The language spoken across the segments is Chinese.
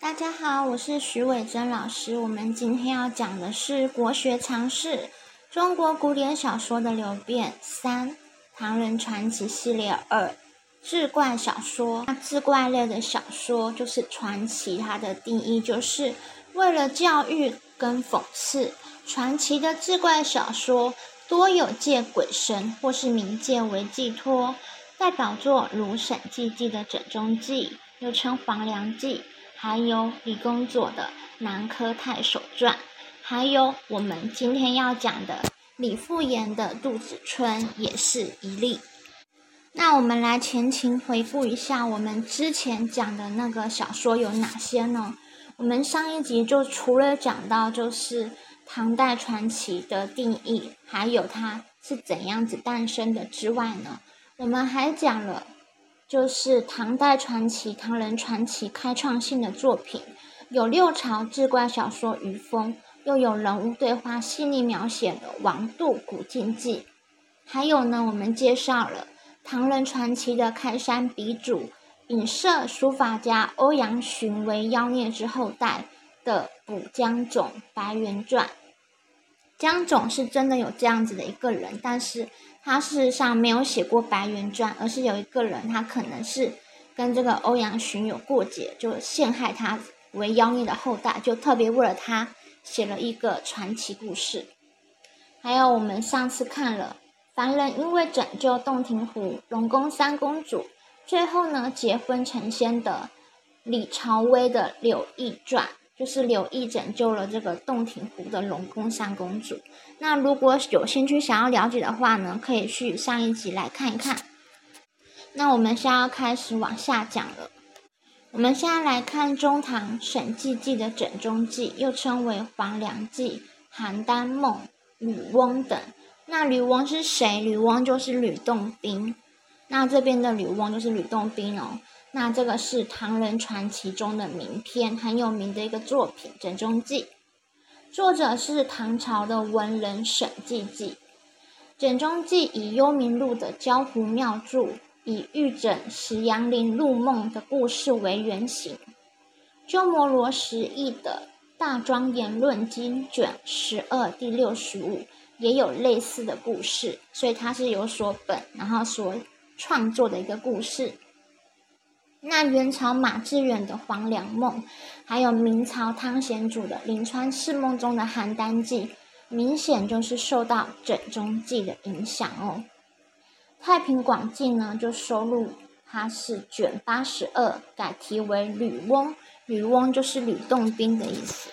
大家好，我是徐伟珍老师。我们今天要讲的是国学常识中国古典小说的流变3唐人传奇系列2志怪小说。志怪类的小说就是传奇，它的定义就是为了教育跟讽刺。传奇的志怪小说多有借鬼神或是冥界为寄托，代表作如沈记记的枕中记，又称黄粱记，还有李公佐的南柯太守传，还有我们今天要讲的李复言的杜子春也是一例。那我们来前情回顾一下我们之前讲的那个小说有哪些呢？我们上一集就除了讲到就是唐代传奇的定义，还有它是怎样子诞生的之外呢，我们还讲了就是唐代传奇、唐人传奇开创性的作品，有六朝志怪小说《余风》，又有人物对话细腻描写的《王杜古今记》，还有呢，我们介绍了唐人传奇的开山鼻祖，影射书法家欧阳询为妖孽之后代的补江种《白猿传》。江种是真的有这样子的一个人，但是他事实上没有写过《白猿传》，而是有一个人他可能是跟这个欧阳询有过节，就陷害他为妖孽的后代，就特别为了他写了一个传奇故事。还有我们上次看了凡人因为拯救洞庭湖龙宫三公主，最后呢结婚成仙的李朝威的《柳毅传》，就是柳毅拯救了这个洞庭湖的龙宫三公主。那如果有兴趣想要了解的话呢，可以去上一集来看一看。那我们现在要开始往下讲了。我们现在来看中唐沈记记的枕中记，又称为黄粱记、邯郸梦、吕翁等。那吕翁是谁？吕翁就是吕洞宾。那这边的吕翁就是吕洞宾哦。那这个是唐人传奇中的名篇，很有名的一个作品《枕中记》，作者是唐朝的文人沈记记。《枕中记》以幽冥录的焦狐妙注，以玉枕石杨林入梦的故事为原型。鸠摩罗什译的《大庄严论经》卷12第65也有类似的故事，所以它是有所本，然后所创作的一个故事。那元朝马致远的《黄粱梦》，还有明朝汤显祖的《临川世梦》中的《邯郸记》，明显就是受到《枕中记》的影响哦。《太平广记》呢，就收录它是卷82，改题为吕翁，吕翁就是吕洞宾的意思。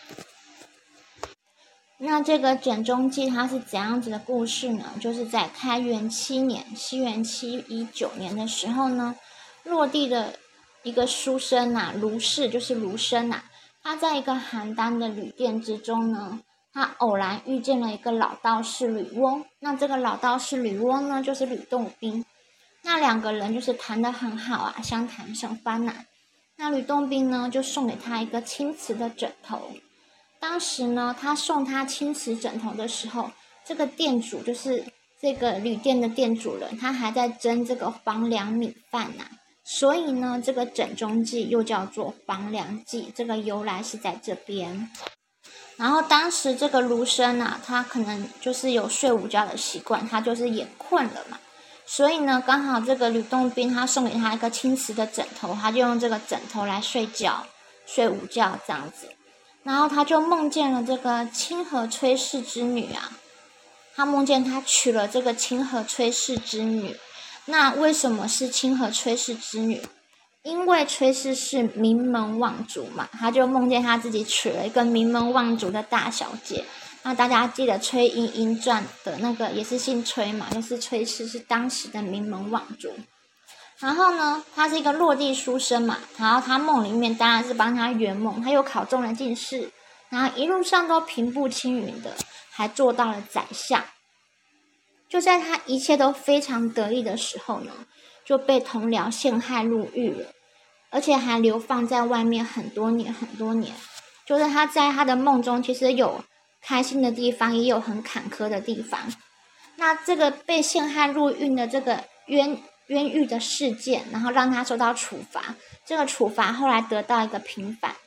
那这个《枕中记》它是怎样子的故事呢？就是在开元7年，西元719年的时候呢，落地的一个书生卢氏，就是卢生他在一个邯郸的旅店之中呢，他偶然遇见了一个老道士吕翁。那这个老道士吕翁呢，就是吕洞宾。那两个人就是谈得很好相谈甚欢那吕洞宾呢，就送给他一个青瓷的枕头。当时呢，他送他青瓷枕头的时候，这个店主就是这个旅店的店主人，他还在蒸这个黄粱米饭所以呢，这个枕中记又叫做黄粱记，这个由来是在这边。然后当时这个卢生他可能就是有睡午觉的习惯，他就是也困了嘛，所以呢，刚好这个吕洞宾他送给他一个青瓷的枕头，他就用这个枕头来睡觉，睡午觉这样子。然后他就梦见了这个清河崔氏之女他梦见他娶了这个清河崔氏之女。那为什么是清河崔氏之女？因为崔氏是名门望族嘛，他就梦见他自己娶了一个名门望族的大小姐。那大家记得《崔莺莺传》的那个也是姓崔嘛，就是崔氏是当时的名门望族。然后呢，他是一个落地书生嘛，然后他梦里面当然是帮他圆梦，他又考中了进士，然后一路上都平步青云的，还做到了宰相。就在他一切都非常得意的时候呢，就被同僚陷害入狱了，而且还流放在外面很多年。就是他在他的梦中其实有开心的地方，也有很坎坷的地方。那这个被陷害入狱的这个冤狱的事件，然后让他受到处罚，这个处罚后来得到一个平反，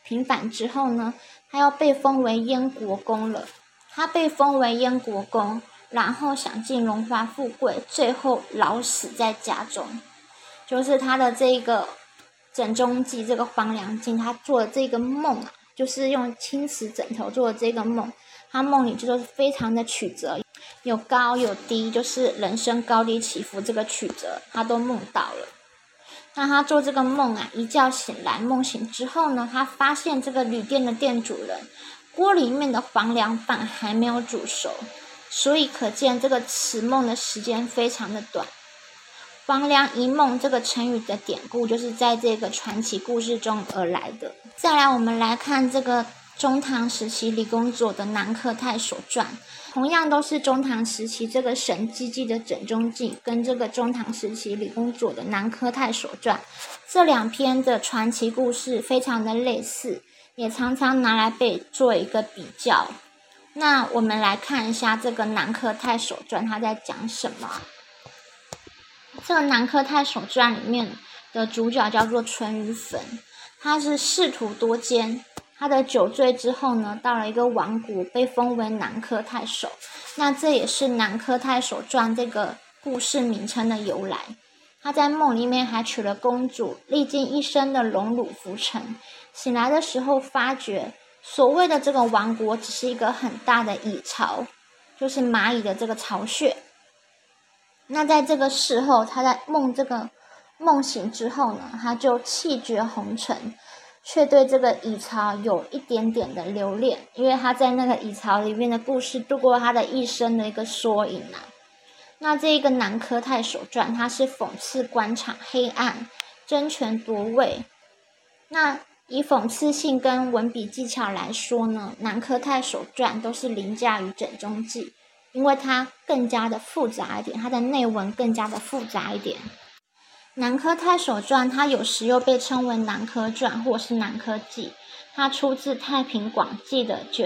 平反之后呢，他要被封为燕国公了。他被封为燕国公，然后享尽荣华富贵，最后老死在家中。就是他的这个枕中记，这个黄粱记，他做的这个梦啊，就是用青瓷枕头做的这个梦。他梦里就是非常的曲折，有高有低，就是人生高低起伏这个曲折，他都梦到了。那他做这个梦啊，一觉醒来，梦醒之后呢，他发现这个旅店的店主人锅里面的黄粱饭还没有煮熟，所以可见这个此梦的时间非常的短。黄粱一梦这个成语的典故就是在这个传奇故事中而来的。再来我们来看这个中唐时期李公佐的南柯太守传，同样都是中唐时期这个沈几记的枕中记跟这个中唐时期李公佐的南柯太守传，这两篇的传奇故事非常的类似，也常常拿来被做一个比较。那我们来看一下这个南柯太守传它在讲什么。这个南柯太守传里面的主角叫做淳于棼，他是仕途多艰，他的酒醉之后呢，到了一个王国，被封为南柯太守。那这也是南柯太守传这个故事名称的由来。他在梦里面还娶了公主，历尽一生的荣辱浮沉，醒来的时候发觉所谓的这个王国只是一个很大的蚁巢，就是蚂蚁的这个巢穴。那在这个事后，他在梦醒之后呢，他就弃绝红尘，却对这个蚁巢有一点点的留恋，因为他在那个蚁巢里面的故事度过他的一生的一个缩影啊。那这一个南柯太守传，它是讽刺官场黑暗、争权夺位。那以讽刺性跟文笔技巧来说呢，南柯太守传都是凌驾于枕中记，因为它更加的复杂一点，它的内文更加的复杂一点。南柯太守传它有时又被称为南柯传或是南柯记，它出自太平广记的卷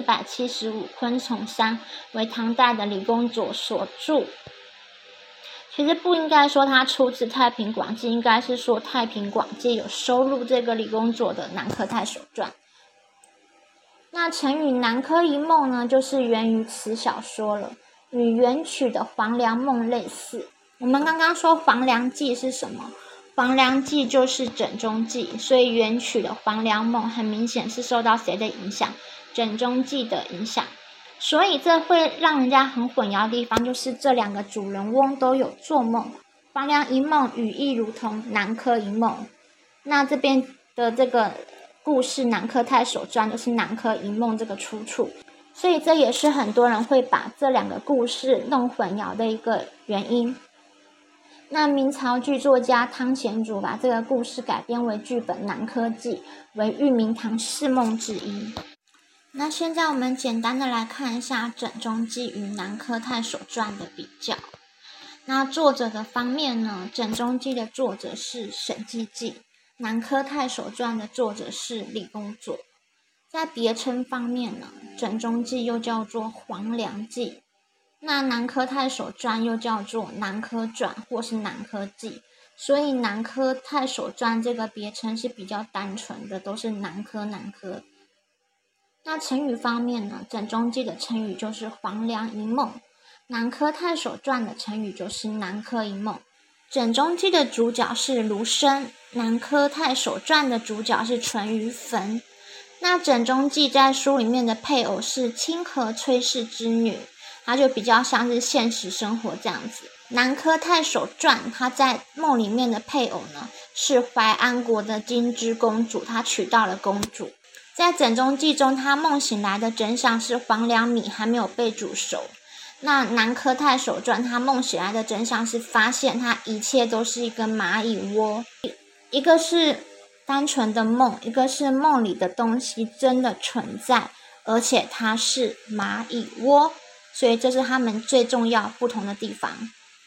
475昆虫山，为唐代的李公佐所著。其实不应该说它出自太平广记，应该是说太平广记有收录这个李公佐的南柯太守传。那成语南柯一梦呢，就是源于此小说了，与元曲的黄粱梦类似。我们刚刚说黄粱记是什么？黄粱记就是枕中记，所以元曲的黄粱梦很明显是受到谁的影响？枕中记的影响。所以这会让人家很混淆的地方，就是这两个主人翁都有做梦。黄粱一梦语义如同南柯一梦。那这边的这个故事南柯太守传就是南柯一梦这个出处，所以这也是很多人会把这两个故事弄混淆的一个原因。那明朝剧作家汤显祖把这个故事改编为剧本《南柯记》，为玉茗堂四梦之一。那现在我们简单的来看一下枕中记与南柯太守传的比较。那作者的方面呢，枕中记的作者是沈几记，南柯太守传的作者是李公佐。在别称方面呢，枕中记又叫做黄粱记，那南柯太守传又叫做南柯传或是南柯记，所以南柯太守传这个别称是比较单纯的，都是南柯。那成语方面呢，枕中记的成语就是黄粱一梦，南柯太守传的成语就是南柯一梦。枕中记的主角是卢生，南柯太守传的主角是淳于棼。那枕中记在书里面的配偶是清河崔氏之女，它就比较像是现实生活这样子。南柯太守传它在梦里面的配偶呢是淮安国的金枝公主，她娶到了公主。在枕中记中，她梦醒来的真相是黄粱米还没有被煮熟。那南柯太守传他梦醒来的真相是发现他一切都是一个蚂蚁窝，一个是单纯的梦，一个是梦里的东西真的存在，而且它是蚂蚁窝，所以这是他们最重要不同的地方。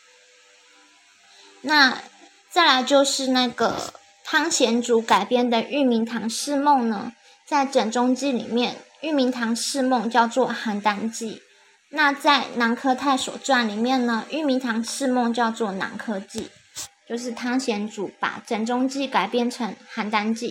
那再来就是那个汤显祖改编的玉茗堂四梦呢，在枕中记里面玉茗堂四梦叫做邯郸记，那在南柯太守传里面呢，玉茗堂四梦叫做南柯记，就是汤显祖把枕中记改编成邯郸记，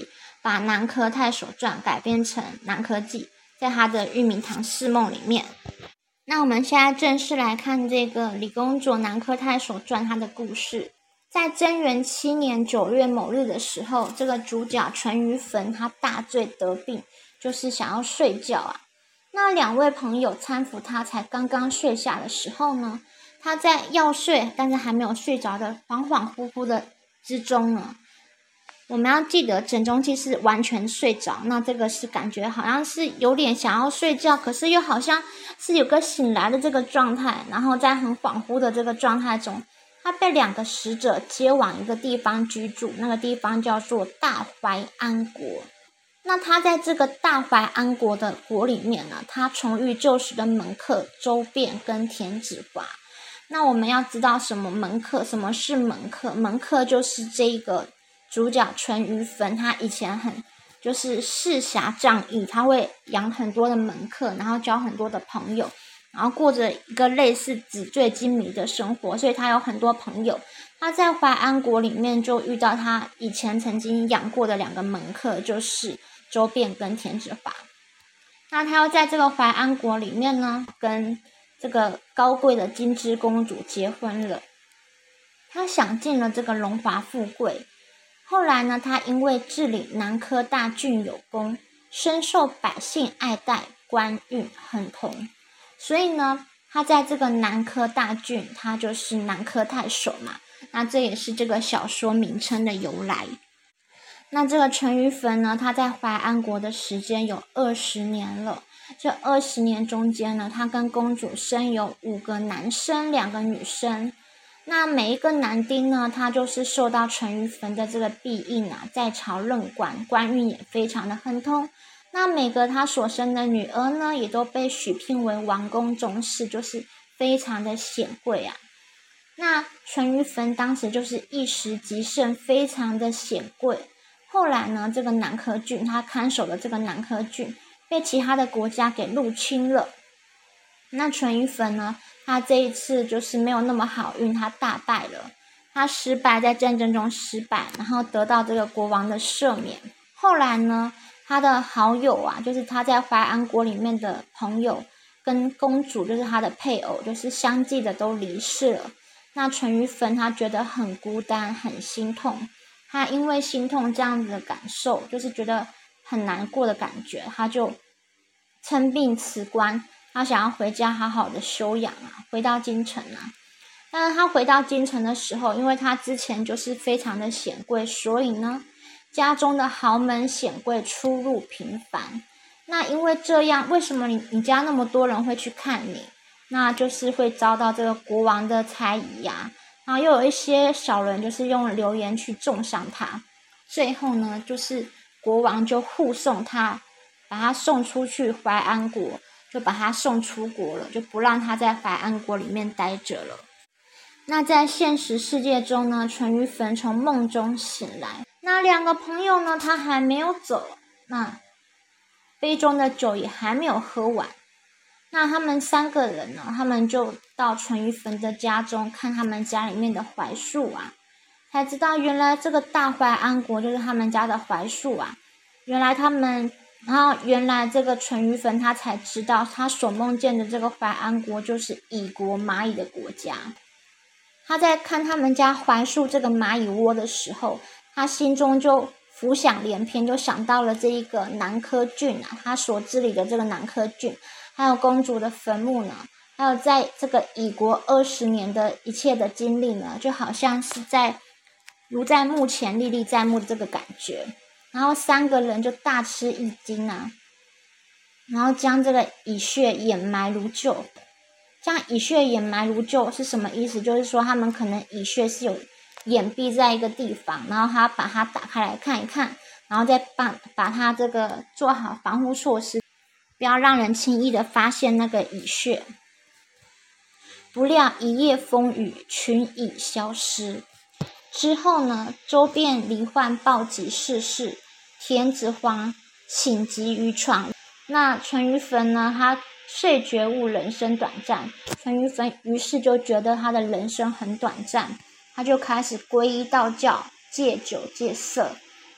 把南柯太守传改编成南柯记，在他的玉茗堂四梦里面。那我们现在正式来看这个李公佐南柯太守传他的故事。在贞元7年9月某日的时候，这个主角淳于棼他大醉得病，就是想要睡觉啊。那2位朋友搀扶他才刚刚睡下的时候呢，他在要睡但是还没有睡着的恍恍惚惚的之中呢，我们要记得枕中记是完全睡着，那这个是感觉好像是有点想要睡觉，可是又好像是有个醒来的这个状态，然后在很恍惚的这个状态中，他被2个使者接往一个地方居住，那个地方叫做大淮安国。那他在这个大淮安国的国里面呢，他重遇旧时的门客周变跟田子华。那我们要知道什么门客，什么是门客？门客就是这个主角淳于棼，他以前就是世侠仗义，他会养很多的门客，然后交很多的朋友，然后过着一个类似纸醉金迷的生活，所以他有很多朋友。他在淮安国里面就遇到他以前曾经养过的2个门客，就是周变跟田子华。那他要在这个淮安国里面呢，跟这个高贵的金枝公主结婚了。他享尽了这个荣华富贵。后来呢，他因为治理南柯大郡有功，深受百姓爱戴，官运亨通。所以呢，他在这个南柯大郡，他就是南柯太守嘛。那这也是这个小说名称的由来。那这个淳于棼呢，他在淮安国的时间有20年了。这20年中间呢，他跟公主生有5个男生2个女生。那每一个男丁呢，他就是受到淳于棼的这个庇应啊，在朝任官，官运也非常的亨通。那每个他所生的女儿呢，也都被许聘为王公宗室，就是非常的显贵啊。那淳于棼当时就是一时极盛，非常的显贵。后来呢，这个南柯郡，他看守的这个南柯郡被其他的国家给入侵了。那淳于棼呢，他这一次就是没有那么好运，他大败了，他失败，在战争中失败，然后得到这个国王的赦免。后来呢，他的好友啊，就是他在淮安国里面的朋友跟公主，就是他的配偶，就是相继的都离世了。那淳于棼他觉得很孤单，很心痛。他因为心痛这样子的感受，就是觉得很难过的感觉，他就称病辞官，他想要回家好好的休养啊，回到京城啊。但是他回到京城的时候，因为他之前就是非常的显贵，所以呢，家中的豪门显贵出入频繁。那因为这样，为什么你家那么多人会去看你？那就是会遭到这个国王的猜疑啊。然后又有一些小人就是用流言去中伤他，最后呢，就是国王就护送他，把他送出去淮安国，就把他送出国了，就不让他在淮安国里面待着了。那在现实世界中呢，淳于棼从梦中醒来，那2个朋友呢，他还没有走，那杯中的酒也还没有喝完。那他们3个人呢，他们就到淳于棼的家中看他们家里面的槐树啊，才知道原来这个大淮安国就是他们家的槐树啊。然后原来这个淳于棼他才知道，他所梦见的这个淮安国就是蚁国蚂蚁的国家。他在看他们家槐树这个蚂蚁窝的时候，他心中就浮想联翩，就想到了这一个南柯郡啊，他所治理的这个南柯郡，还有公主的坟墓呢，还有在这个蚁国20年的一切的经历呢，就好像是如在目前历历在目的这个感觉。然后3个人就大吃一惊啊，然后将这个蚁穴掩埋如旧。将蚁穴掩埋如旧是什么意思？就是说他们可能蚁穴是有掩蔽在一个地方，然后他把它打开来看一看，然后再把它这个做好防护措施，不要让人轻易的发现那个蚁穴。不料一夜风雨，群蚁消失。之后呢，周变罹患暴疾逝世，田子华寝疾于床。那淳于棼呢，他遂觉悟人生短暂，淳于棼于是就觉得他的人生很短暂，他就开始皈依道教，戒酒戒色，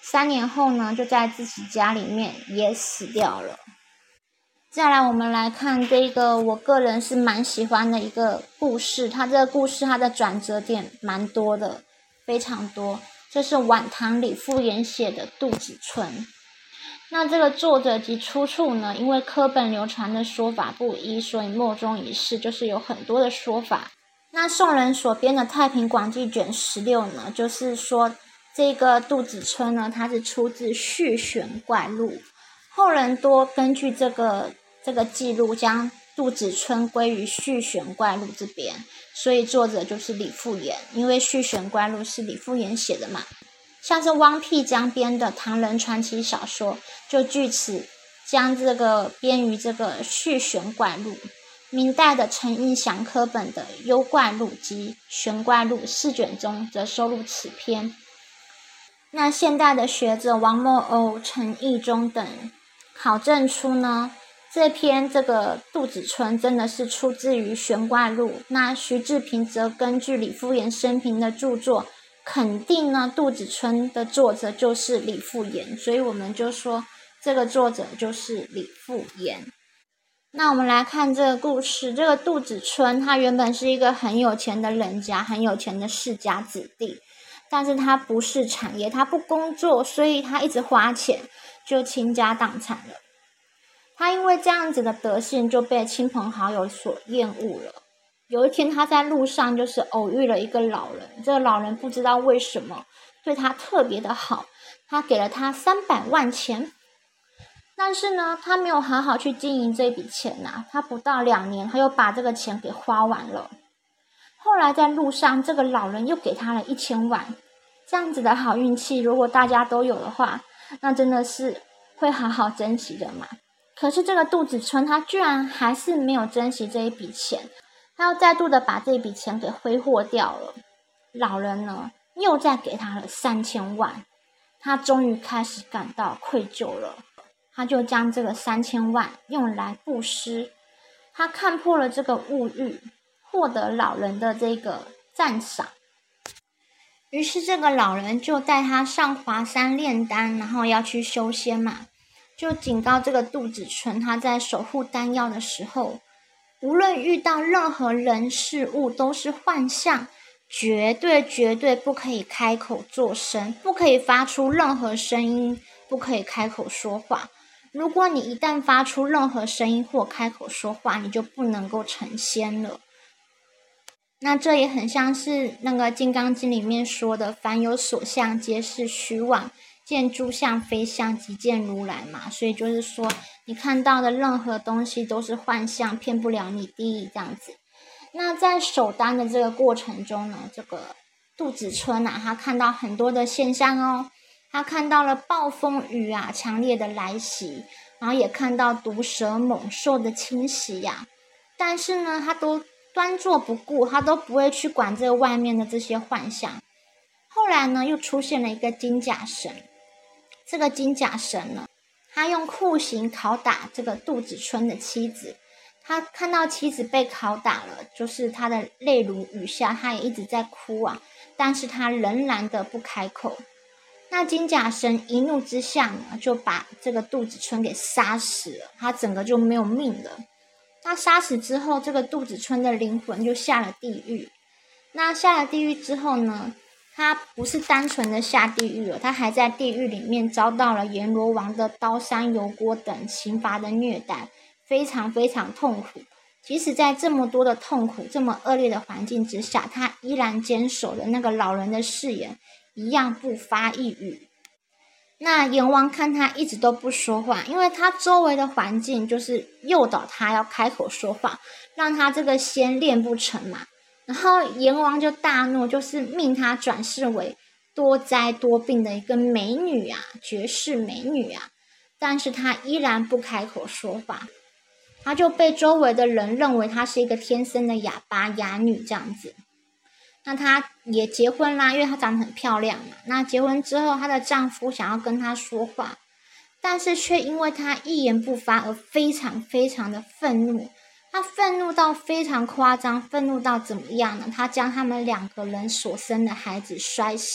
3年后呢，就在自己家里面也死掉了。再来，我们来看这个我个人是蛮喜欢的一个故事，它这个故事它的转折点蛮多的，非常多。这是晚唐李复言写的《杜子春》。那这个作者及出处呢，因为科本流传的说法不一，所以莫衷一是，就是有很多的说法。那宋人所编的《太平广记》卷16呢，就是说这个杜子春呢，它是出自《续玄怪录》，后人多根据这个记录，将杜子春归于《续玄怪录》这边，所以作者就是李复言，因为《续玄怪录》是李复言写的嘛。像是汪辟江编的唐人传奇小说，就据此将这个编于这个《续玄怪录》。明代的陈应祥科本的《幽怪录》及《玄怪录》4卷中，则收录此篇。那现代的学者王墨欧、陈义中等考证出呢，这篇这个杜子春真的是出自于《玄怪录》。那徐志平则根据李复言生平的著作，肯定呢杜子春的作者就是李复言，所以我们就说这个作者就是李复言。那我们来看这个故事，这个杜子春他原本是一个很有钱的人家，很有钱的世家子弟，但是他不是产业，他不工作，所以他一直花钱，就倾家荡产了。他因为这样子的德性，就被亲朋好友所厌恶了。有一天他在路上就是偶遇了一个老人，这个老人不知道为什么对他特别的好，他给了他300万钱。但是呢，他没有好好去经营这笔钱啊，他不到2年，他又把这个钱给花完了。后来在路上，这个老人又给他了1000万，这样子的好运气，如果大家都有的话，那真的是会好好珍惜的嘛。可是这个杜子春他居然还是没有珍惜这一笔钱，他又再度的把这笔钱给挥霍掉了。老人呢，又再给他了3000万，他终于开始感到愧疚了。他就将这个3000万用来布施，他看破了这个物欲，获得老人的这个赞赏。于是这个老人就带他上华山炼丹，然后要去修仙嘛，就警告这个杜子春，他在守护丹药的时候，无论遇到任何人事物都是幻象，绝对不可以开口作声，不可以发出任何声音，不可以开口说话。如果你一旦发出任何声音或开口说话，你就不能够成仙了。那这也很像是那个《金刚经》里面说的，凡有所相，皆是虚妄，见诸相非相，即见如来嘛。所以就是说，你看到的任何东西都是幻象，骗不了你的这样子。那在守丹的这个过程中呢，这个杜子春啊，他看到很多的现象哦。他看到了暴风雨啊，强烈的来袭，然后也看到毒蛇猛兽的侵袭呀。但是呢，他都端坐不顾，他都不会去管这个外面的这些幻象。后来呢，又出现了一个金甲神。这个金甲神呢，他用酷刑拷打这个杜子春的妻子。他看到妻子被拷打了，就是他的泪如雨下，他也一直在哭啊，但是他仍然的不开口。那金甲神一怒之下呢，就把这个杜子春给杀死了，他整个就没有命了。他杀死之后，这个杜子春的灵魂就下了地狱。那下了地狱之后呢，他不是单纯的下地狱了，他还在地狱里面遭到了阎罗王的刀山油锅等刑罚的虐待，非常非常痛苦。即使在这么多的痛苦，这么恶劣的环境之下，他依然坚守了那个老人的誓言，一样不发一语。那阎王看他一直都不说话，因为他周围的环境就是诱导他要开口说话，让他这个仙练不成嘛。然后阎王就大怒，就是命他转世为多灾多病的一个美女啊，绝世美女啊。但是他依然不开口说话，他就被周围的人认为他是一个天生的哑巴哑女这样子。那她也结婚啦，因为她长得很漂亮嘛。那结婚之后，她的丈夫想要跟她说话，但是却因为她一言不发而非常非常的愤怒。她愤怒到非常夸张，愤怒到怎么样呢？她将他们2个人所生的孩子摔死，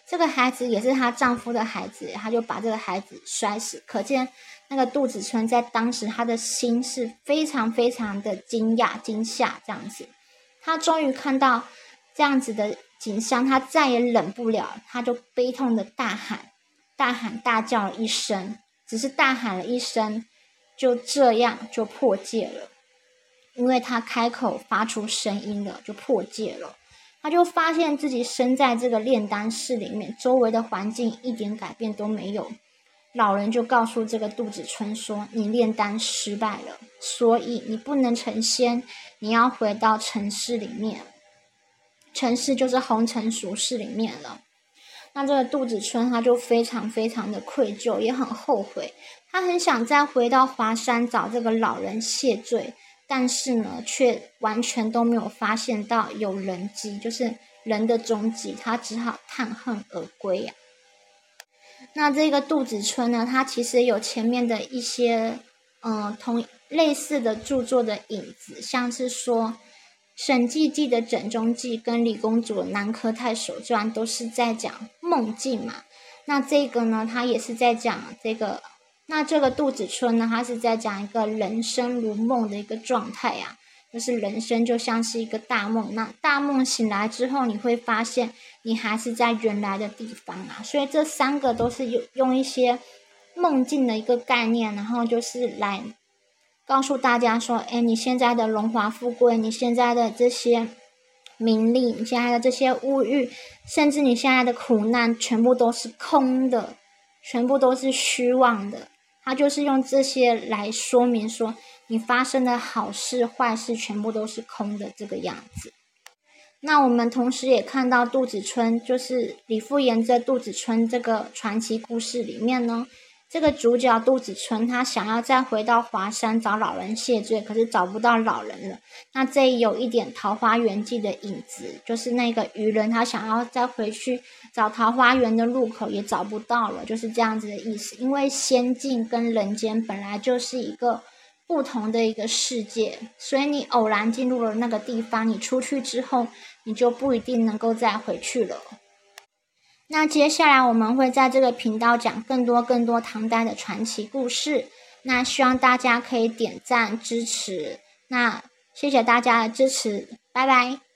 这个孩子也是她丈夫的孩子，她就把这个孩子摔死。可见那个杜子春在当时她的心是非常非常的惊讶惊吓这样子。她终于看到这样子的景象，她再也忍不了，她就悲痛的大喊大叫了一声，只是大喊了一声，就这样就破戒了。因为她开口发出声音了，就破戒了。她就发现自己身在这个炼丹室里面，周围的环境一点改变都没有。老人就告诉这个杜子春说，你炼丹失败了，所以你不能成仙，你要回到尘世里面。尘世就是红尘俗世里面了。那这个杜子春他就非常非常的愧疚，也很后悔，他很想再回到华山找这个老人谢罪，但是呢却完全都没有发现到有人迹，就是人的踪迹，他只好叹恨而归啊。那这个杜子春呢，他其实有前面的一些同类似的著作的影子，像是说沈寂记的枕中记跟李公主的南柯太手传都是在讲梦境嘛。那这个呢，他也是在讲这个，那这个杜子春呢，他是在讲一个人生如梦的一个状态啊，就是人生就像是一个大梦，那大梦醒来之后，你会发现你还是在原来的地方啊。所以这三个都是用一些梦境的一个概念，然后就是来告诉大家说，你现在的荣华富贵，你现在的这些名利，你现在的这些物欲，甚至你现在的苦难，全部都是空的，全部都是虚妄的。他就是用这些来说明说，你发生的好事坏事全部都是空的这个样子。那我们同时也看到杜子春，就是李复言在杜子春这个传奇故事里面呢，这个主角杜子春他想要再回到华山找老人谢罪，可是找不到老人了。那这里有一点桃花源记的影子，就是那个渔人他想要再回去找桃花源的入口也找不到了，就是这样子的意思。因为仙境跟人间本来就是一个不同的一个世界，所以你偶然进入了那个地方，你出去之后你就不一定能够再回去了。那接下来我们会在这个频道讲更多唐代的传奇故事，那希望大家可以点赞支持，那谢谢大家的支持，拜拜。